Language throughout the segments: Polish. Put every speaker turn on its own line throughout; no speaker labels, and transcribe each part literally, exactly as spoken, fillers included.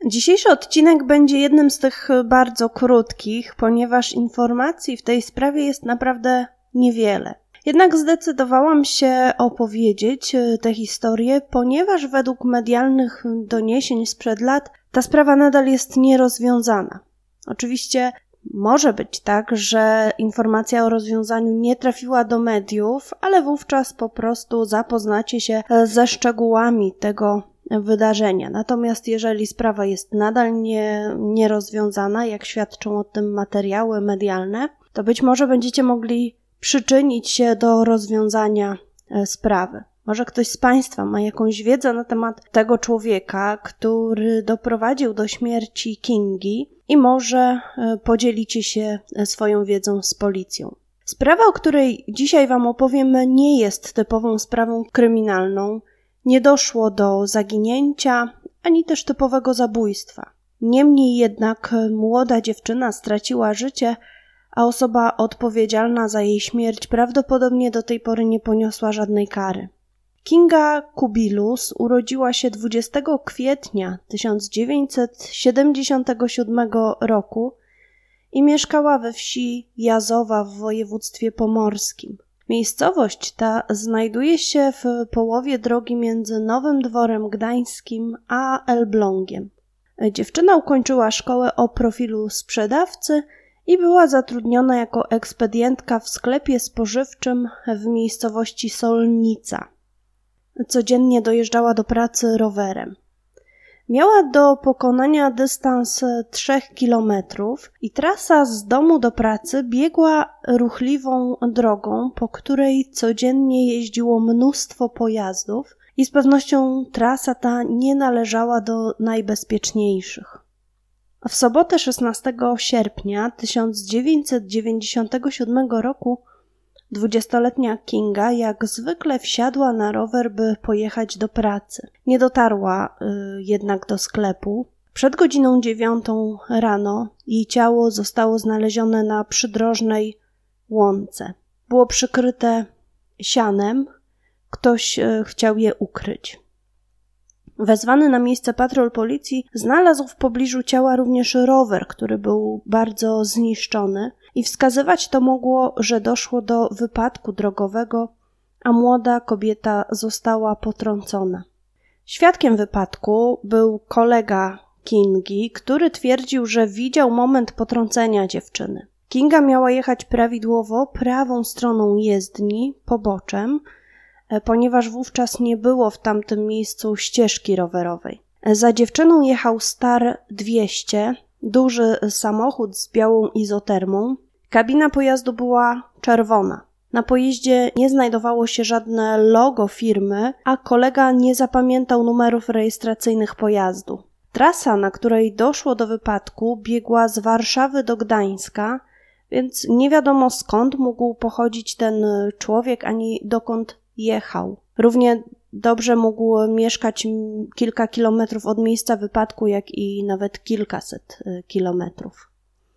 Dzisiejszy odcinek będzie jednym z tych bardzo krótkich, ponieważ informacji w tej sprawie jest naprawdę niewiele. Jednak zdecydowałam się opowiedzieć tę historię, ponieważ według medialnych doniesień sprzed lat ta sprawa nadal jest nierozwiązana. Oczywiście może być tak, że informacja o rozwiązaniu nie trafiła do mediów, ale wówczas po prostu zapoznacie się ze szczegółami tego wydarzenia. Natomiast jeżeli sprawa jest nadal nie, nierozwiązana, jak świadczą o tym materiały medialne, to być może będziecie mogli przyczynić się do rozwiązania sprawy. Może ktoś z Państwa ma jakąś wiedzę na temat tego człowieka, który doprowadził do śmierci Kingi i może podzielicie się swoją wiedzą z policją. Sprawa, o której dzisiaj Wam opowiem, nie jest typową sprawą kryminalną. Nie doszło do zaginięcia, ani też typowego zabójstwa. Niemniej jednak młoda dziewczyna straciła życie, a osoba odpowiedzialna za jej śmierć prawdopodobnie do tej pory nie poniosła żadnej kary. Kinga Kubilus urodziła się dwudziestego kwietnia tysiąc dziewięćset siedemdziesiątego siódmego roku i mieszkała we wsi Jazowa w województwie pomorskim. Miejscowość ta znajduje się w połowie drogi między Nowym Dworem Gdańskim a Elblągiem. Dziewczyna ukończyła szkołę o profilu sprzedawcy i była zatrudniona jako ekspedientka w sklepie spożywczym w miejscowości Solnica. Codziennie dojeżdżała do pracy rowerem. Miała do pokonania dystans trzech kilometrów i trasa z domu do pracy biegła ruchliwą drogą, po której codziennie jeździło mnóstwo pojazdów i z pewnością trasa ta nie należała do najbezpieczniejszych. W sobotę szesnastego sierpnia tysiąc dziewięćset dziewięćdziesiątego siódmego roku dwudziestoletnia Kinga jak zwykle wsiadła na rower, by pojechać do pracy. Nie dotarła y, jednak do sklepu. Przed godziną dziewiątą rano jej ciało zostało znalezione na przydrożnej łące. Było przykryte sianem. Ktoś y, chciał je ukryć. Wezwany na miejsce patrol policji znalazł w pobliżu ciała również rower, który był bardzo zniszczony i wskazywać to mogło, że doszło do wypadku drogowego, a młoda kobieta została potrącona. Świadkiem wypadku był kolega Kingi, który twierdził, że widział moment potrącenia dziewczyny. Kinga miała jechać prawidłowo prawą stroną jezdni, poboczem, ponieważ wówczas nie było w tamtym miejscu ścieżki rowerowej. Za dziewczyną jechał Star dwieście, duży samochód z białą izotermą. Kabina pojazdu była czerwona. Na pojeździe nie znajdowało się żadne logo firmy, a kolega nie zapamiętał numerów rejestracyjnych pojazdu. Trasa, na której doszło do wypadku, biegła z Warszawy do Gdańska, więc nie wiadomo skąd mógł pochodzić ten człowiek, ani dokąd jechał. Równie dobrze mógł mieszkać kilka kilometrów od miejsca wypadku, jak i nawet kilkaset kilometrów.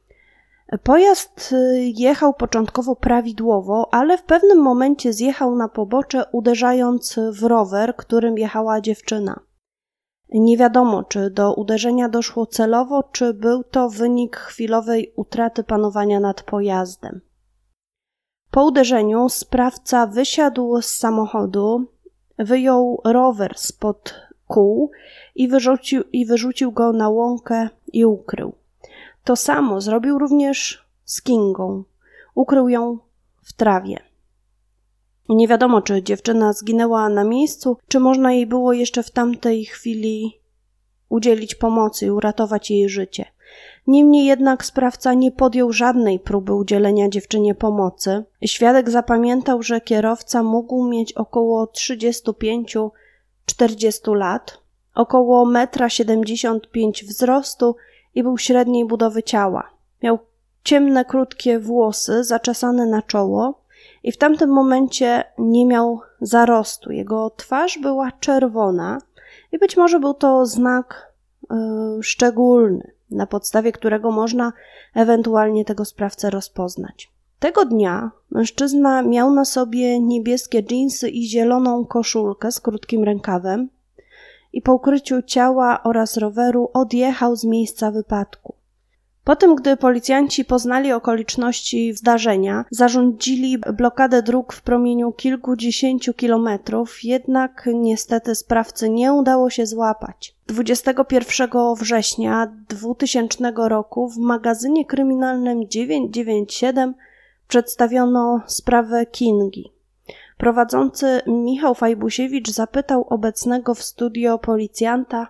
Pojazd jechał początkowo prawidłowo, ale w pewnym momencie zjechał na pobocze, uderzając w rower, którym jechała dziewczyna. Nie wiadomo, czy do uderzenia doszło celowo, czy był to wynik chwilowej utraty panowania nad pojazdem. Po uderzeniu sprawca wysiadł z samochodu, wyjął rower spod kół i wyrzucił, i wyrzucił go na łąkę i ukrył. To samo zrobił również z Kingą. Ukrył ją w trawie. Nie wiadomo, czy dziewczyna zginęła na miejscu, czy można jej było jeszcze w tamtej chwili udzielić pomocy i uratować jej życie. Niemniej jednak sprawca nie podjął żadnej próby udzielenia dziewczynie pomocy. Świadek zapamiętał, że kierowca mógł mieć około trzydzieści pięć do czterdziestu lat, około jeden siedemdziesiąt pięć metrów wzrostu i był średniej budowy ciała. Miał ciemne, krótkie włosy zaczesane na czoło i w tamtym momencie nie miał zarostu. Jego twarz była czerwona i być może był to znak yy, szczególny, na podstawie którego można ewentualnie tego sprawcę rozpoznać. Tego dnia mężczyzna miał na sobie niebieskie dżinsy i zieloną koszulkę z krótkim rękawem i po ukryciu ciała oraz roweru odjechał z miejsca wypadku. Potem, gdy policjanci poznali okoliczności zdarzenia, zarządzili blokadę dróg w promieniu kilkudziesięciu kilometrów, jednak niestety sprawcy nie udało się złapać. dwudziestego pierwszego września dwutysięcznego roku w magazynie kryminalnym dziewięćset dziewięćdziesiąt siedem przedstawiono sprawę Kingi. Prowadzący Michał Fajbusiewicz zapytał obecnego w studio policjanta,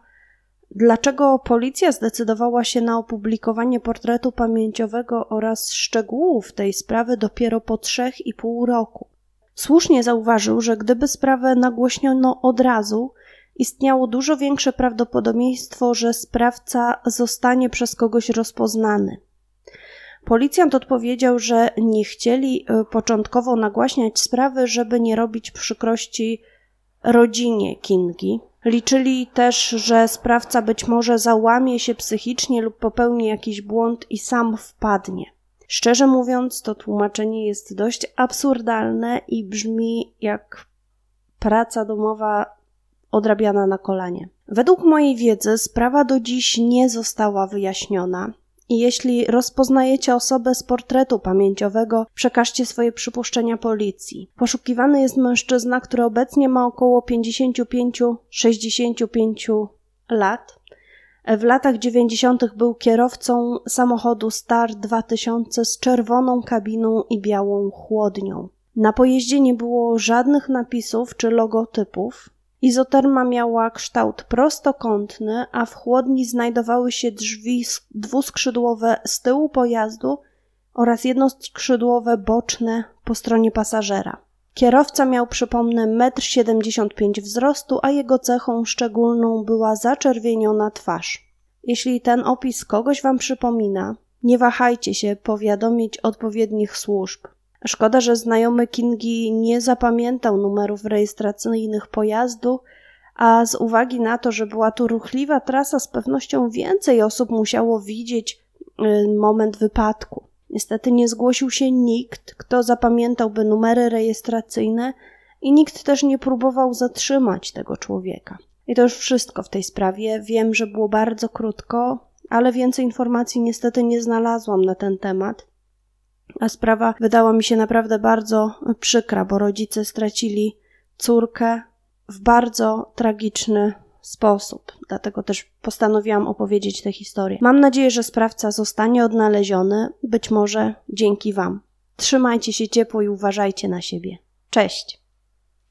dlaczego policja zdecydowała się na opublikowanie portretu pamięciowego oraz szczegółów tej sprawy dopiero po trzech i pół roku. Słusznie zauważył, że gdyby sprawę nagłośniono od razu, istniało dużo większe prawdopodobieństwo, że sprawca zostanie przez kogoś rozpoznany. Policjant odpowiedział, że nie chcieli początkowo nagłaśniać sprawy, żeby nie robić przykrości rodzinie Kingi. Liczyli też, że sprawca być może załamie się psychicznie lub popełni jakiś błąd i sam wpadnie. Szczerze mówiąc, to tłumaczenie jest dość absurdalne i brzmi jak praca domowa odrabiana na kolanie. Według mojej wiedzy sprawa do dziś nie została wyjaśniona. I jeśli rozpoznajecie osobę z portretu pamięciowego, przekażcie swoje przypuszczenia policji. Poszukiwany jest mężczyzna, który obecnie ma około pięćdziesiąt pięć do sześćdziesięciu pięciu lat. W latach dziewięćdziesiątych był kierowcą samochodu Star dwa tysiące z czerwoną kabiną i białą chłodnią. Na pojeździe nie było żadnych napisów czy logotypów. Izoterma miała kształt prostokątny, a w chłodni znajdowały się drzwi dwuskrzydłowe z tyłu pojazdu oraz jednoskrzydłowe boczne po stronie pasażera. Kierowca miał, przypomnę, metr siedemdziesiąt pięć wzrostu, a jego cechą szczególną była zaczerwieniona twarz. Jeśli ten opis kogoś wam przypomina, nie wahajcie się powiadomić odpowiednich służb. Szkoda, że znajomy Kingi nie zapamiętał numerów rejestracyjnych pojazdu, a z uwagi na to, że była tu ruchliwa trasa, z pewnością więcej osób musiało widzieć moment wypadku. Niestety nie zgłosił się nikt, kto zapamiętałby numery rejestracyjne i nikt też nie próbował zatrzymać tego człowieka. I to już wszystko w tej sprawie. Wiem, że było bardzo krótko, ale więcej informacji niestety nie znalazłam na ten temat. A sprawa wydała mi się naprawdę bardzo przykra, bo rodzice stracili córkę w bardzo tragiczny sposób. Dlatego też postanowiłam opowiedzieć tę historię. Mam nadzieję, że sprawca zostanie odnaleziony, być może dzięki wam. Trzymajcie się ciepło i uważajcie na siebie. Cześć!